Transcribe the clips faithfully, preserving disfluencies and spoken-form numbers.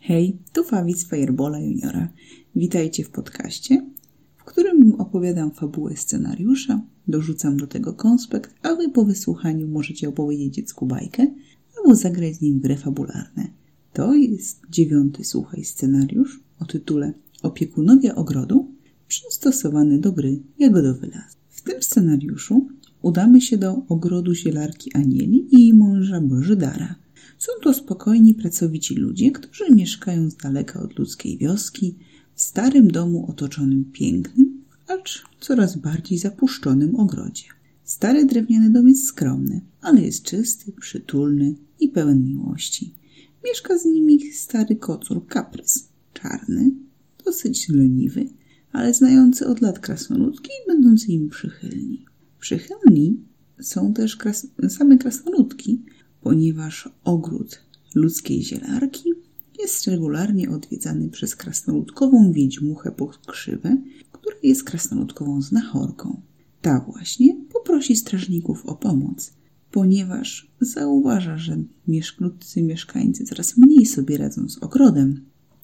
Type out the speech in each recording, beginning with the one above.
Hej, tu Fabi z Firebola Juniora. Witajcie w podcaście, w którym opowiadam fabułę scenariusza, dorzucam do tego konspekt, a wy po wysłuchaniu możecie opowiedzieć dziecku bajkę albo zagrać z nim w gry fabularne. To jest dziewiąty, słuchaj, scenariusz o tytule Opiekunowie ogrodu przystosowany do gry Jagodowy Las. W tym scenariuszu udamy się do ogrodu zielarki Anieli i jej męża Bożydara. Są to spokojni, pracowici ludzie, którzy mieszkają z daleka od ludzkiej wioski, w starym domu otoczonym pięknym, acz coraz bardziej zapuszczonym ogrodzie. Stary drewniany dom jest skromny, ale jest czysty, przytulny i pełen miłości. Mieszka z nimi stary kocur Kaprys, czarny, dosyć leniwy, ale znający od lat krasnoludki i będący im przychylni. Przychylni są też kras- same krasnoludki, ponieważ ogród ludzkiej zielarki jest regularnie odwiedzany przez krasnoludkową wiedźmuchę Pokrzywę, która jest krasnoludkową znachorką. Ta właśnie poprosi strażników o pomoc, ponieważ zauważa, że ludzcy mieszkańcy coraz mniej sobie radzą z ogrodem,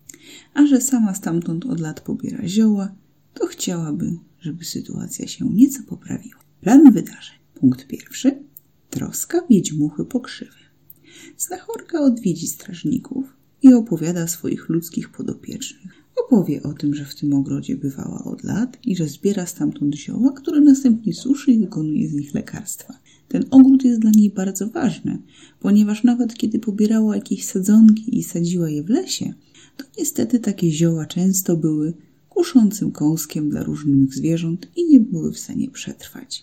a że sama stamtąd od lat pobiera zioła, to chciałaby, żeby sytuacja się nieco poprawiła. Plan wydarzeń. Punkt pierwszy. Troska wiedźmuchy Pokrzywy. Znachorka odwiedzi strażników i opowiada swoich ludzkich podopiecznych. Opowie o tym, że w tym ogrodzie bywała od lat i że zbiera stamtąd zioła, które następnie suszy i wykonuje z nich lekarstwa. Ten ogród jest dla niej bardzo ważny, ponieważ nawet kiedy pobierała jakieś sadzonki i sadziła je w lesie, to niestety takie zioła często były kuszącym kąskiem dla różnych zwierząt i nie były w stanie przetrwać.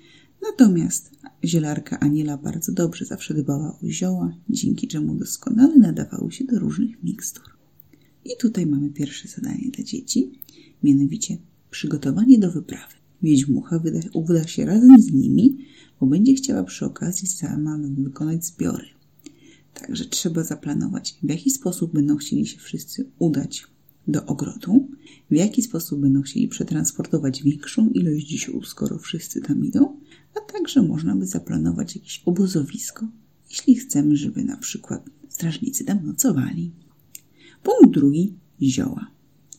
Natomiast zielarka Aniela bardzo dobrze zawsze dbała o zioła, dzięki czemu doskonale nadawały się do różnych mikstur. I tutaj mamy pierwsze zadanie dla dzieci, mianowicie przygotowanie do wyprawy. Wiedźmucha wyda, uda się razem z nimi, bo będzie chciała przy okazji sama wykonać zbiory. Także trzeba zaplanować, w jaki sposób będą chcieli się wszyscy udać do ogrodu, w jaki sposób będą chcieli przetransportować większą ilość ziół, skoro wszyscy tam idą, a także można by zaplanować jakieś obozowisko, jeśli chcemy, żeby na przykład strażnicy tam nocowali. Punkt drugi. Zioła.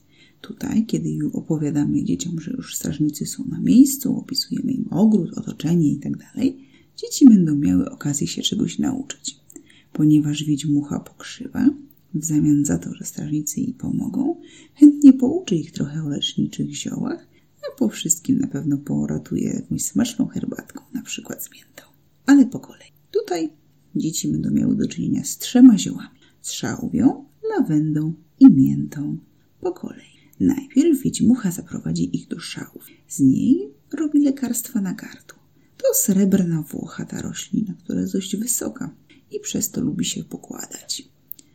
Tutaj, kiedy już opowiadamy dzieciom, że już strażnicy są na miejscu, opisujemy im ogród, otoczenie itd., dzieci będą miały okazję się czegoś nauczyć, ponieważ wiedźmucha Pokrzywa w zamian za to, że strażnicy jej pomogą, chętnie pouczy ich trochę o leczniczych ziołach, a po wszystkim na pewno poratuje jakąś smaczną herbatką, na przykład z miętą. Ale po kolei. Tutaj dzieci będą miały do czynienia z trzema ziołami. Z szałwią, lawendą i miętą. Po kolei. Najpierw wiedźmucha zaprowadzi ich do szałwi. Z niej robi lekarstwa na gardło. To srebrna włochata roślina, która jest dość wysoka i przez to lubi się pokładać.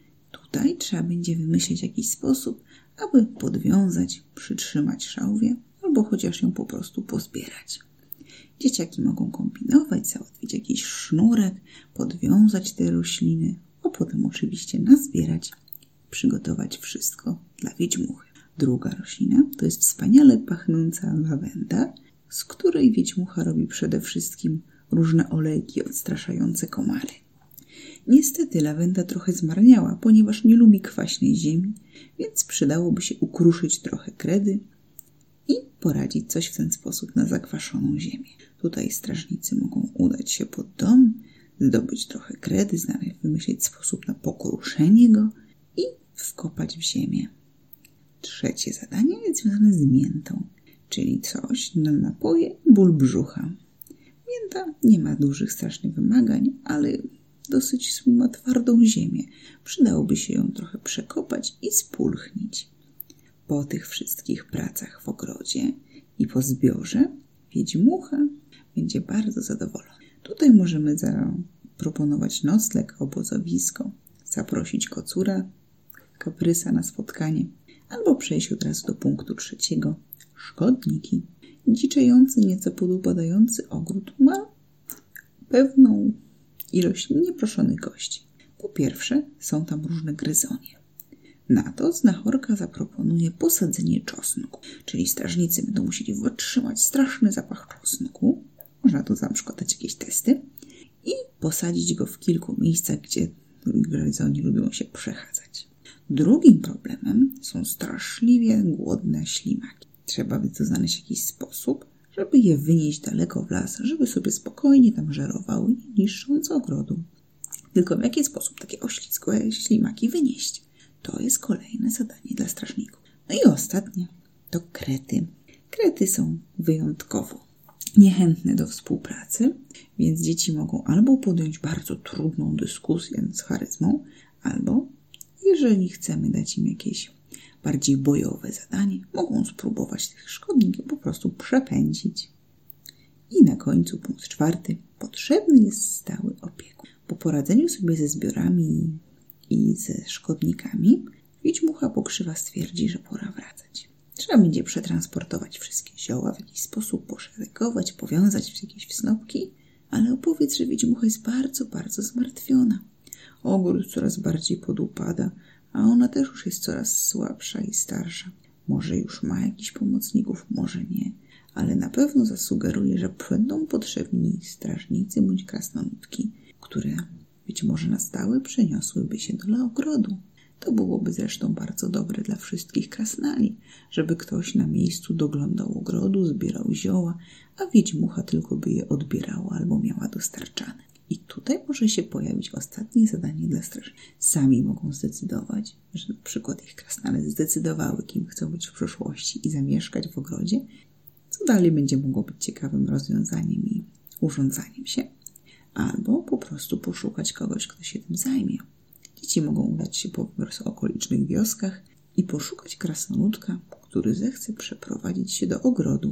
Tutaj trzeba będzie wymyślić jakiś sposób, aby podwiązać, przytrzymać szałwię albo chociaż ją po prostu pozbierać. Dzieciaki mogą kombinować, załatwić jakiś sznurek, podwiązać te rośliny, a potem oczywiście nazbierać, przygotować wszystko dla wiedźmuchy. Druga roślina to jest wspaniale pachnąca lawenda, z której wiedźmucha robi przede wszystkim różne olejki odstraszające komary. Niestety lawenda trochę zmarniała, ponieważ nie lubi kwaśnej ziemi, więc przydałoby się ukruszyć trochę kredy i poradzić coś w ten sposób na zakwaszoną ziemię. Tutaj strażnicy mogą udać się pod dom, zdobyć trochę kredy, znaleźć, wymyślić sposób na pokruszenie go i wkopać w ziemię. Trzecie zadanie jest związane z miętą, czyli coś na napoje i ból brzucha. Mięta nie ma dużych, strasznych wymagań, ale dosyć ma twardą ziemię. Przydałoby się ją trochę przekopać i spulchnić. Po tych wszystkich pracach w ogrodzie i po zbiorze wiedźmucha będzie bardzo zadowolona. Tutaj możemy zaproponować nocleg, obozowisko, zaprosić kocura Kaprysa na spotkanie, albo przejść od razu do punktu trzeciego. Szkodniki. Dziczejący, nieco podupadający ogród ma pewną ilość nieproszonych gości. Po pierwsze, są tam różne gryzonie. Na to znachorka zaproponuje posadzenie czosnku, czyli strażnicy będą musieli wytrzymać straszny zapach czosnku. Można tu na przykład dać jakieś testy i posadzić go w kilku miejscach, gdzie gryzoni lubią się przechadzać. Drugim problemem są straszliwie głodne ślimaki. Trzeba by tu znaleźć jakiś sposób, żeby je wynieść daleko w las, żeby sobie spokojnie tam żerowały, nie niszcząc ogrodu. Tylko w jaki sposób takie oślizgłe ślimaki wynieść? To jest kolejne zadanie dla strażników. No i ostatnie to krety. Krety są wyjątkowo niechętne do współpracy, więc dzieci mogą albo podjąć bardzo trudną dyskusję z charyzmą, albo jeżeli chcemy dać im jakieś bardziej bojowe zadanie, mogą spróbować tych szkodników po prostu przepędzić. I na końcu punkt czwarty. Potrzebny jest stały opiekun. Po poradzeniu sobie ze zbiorami i ze szkodnikami, Wiedźmucha pokrzywa stwierdzi, że pora wracać. Trzeba będzie przetransportować wszystkie zioła, w jakiś sposób poszeregować, powiązać w jakieś snopki, ale opowiedz, że Wiedźmucha jest bardzo, bardzo zmartwiona. Ogród coraz bardziej podupada, a ona też już jest coraz słabsza i starsza. Może już ma jakichś pomocników, może nie, ale na pewno zasugeruje, że będą potrzebni strażnicy bądź krasnoludki, które być może na stałe przeniosłyby się do ogrodu. To byłoby zresztą bardzo dobre dla wszystkich krasnali, żeby ktoś na miejscu doglądał ogrodu, zbierał zioła, a Wiedźmucha tylko by je odbierała albo miała dostarczane. I tutaj może się pojawić ostatnie zadanie dla strażników. Sami mogą zdecydować, że na przykład ich krasnale zdecydowały, kim chcą być w przyszłości i zamieszkać w ogrodzie, co dalej będzie mogło być ciekawym rozwiązaniem i urządzaniem się. Albo po prostu poszukać kogoś, kto się tym zajmie. Dzieci mogą udać się po okolicznych wioskach i poszukać krasnoludka, który zechce przeprowadzić się do ogrodu.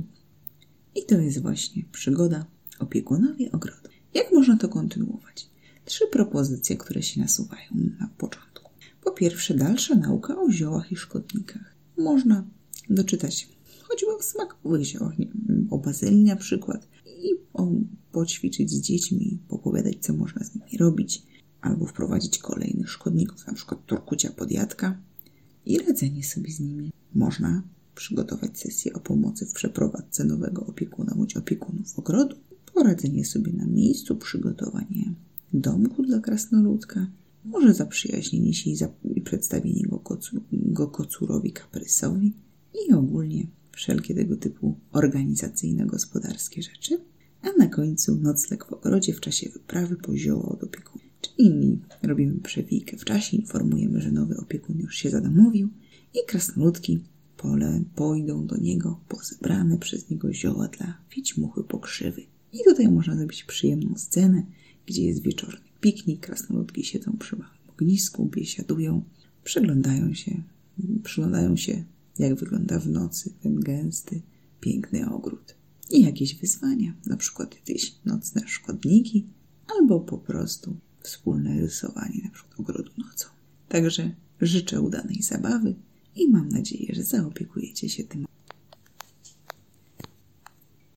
I to jest właśnie przygoda Opiekunowie ogrodu. Jak można to kontynuować? Trzy propozycje, które się nasuwają na początku. Po pierwsze, dalsza nauka o ziołach i szkodnikach. Można doczytać choćby o smakowych ziołach, nie wiem, o bazylii na przykład, i o, poćwiczyć z dziećmi, popowiadać, co można z nimi robić, albo wprowadzić kolejnych szkodników, na przykład turkucia podjadka i radzenie sobie z nimi. Można przygotować sesję o pomocy w przeprowadzce nowego opiekuna bądź opiekunów ogrodu, poradzenie sobie na miejscu, przygotowanie domku dla krasnoludka, może zaprzyjaźnienie się i, za, i przedstawienie go, kocu, go kocurowi kaprysowi i ogólnie wszelkie tego typu organizacyjno-gospodarskie rzeczy, a na końcu nocleg w ogrodzie w czasie wyprawy po zioła od opiekuna. Czyli robimy przewijkę w czasie, informujemy, że nowy opiekun już się zadomowił i krasnoludki pole pójdą do niego po zebrane przez niego zioła dla Wiedźmuchy pokrzywy. I tutaj można zrobić przyjemną scenę, gdzie jest wieczorny piknik, krasnoludki siedzą przy małym ognisku, biesiadują, przyglądają się, przyglądają się, jak wygląda w nocy ten gęsty, piękny ogród. I jakieś wyzwania, na przykład jakieś nocne szkodniki, albo po prostu wspólne rysowanie na przykład ogrodu nocą. Także życzę udanej zabawy i mam nadzieję, że zaopiekujecie się tym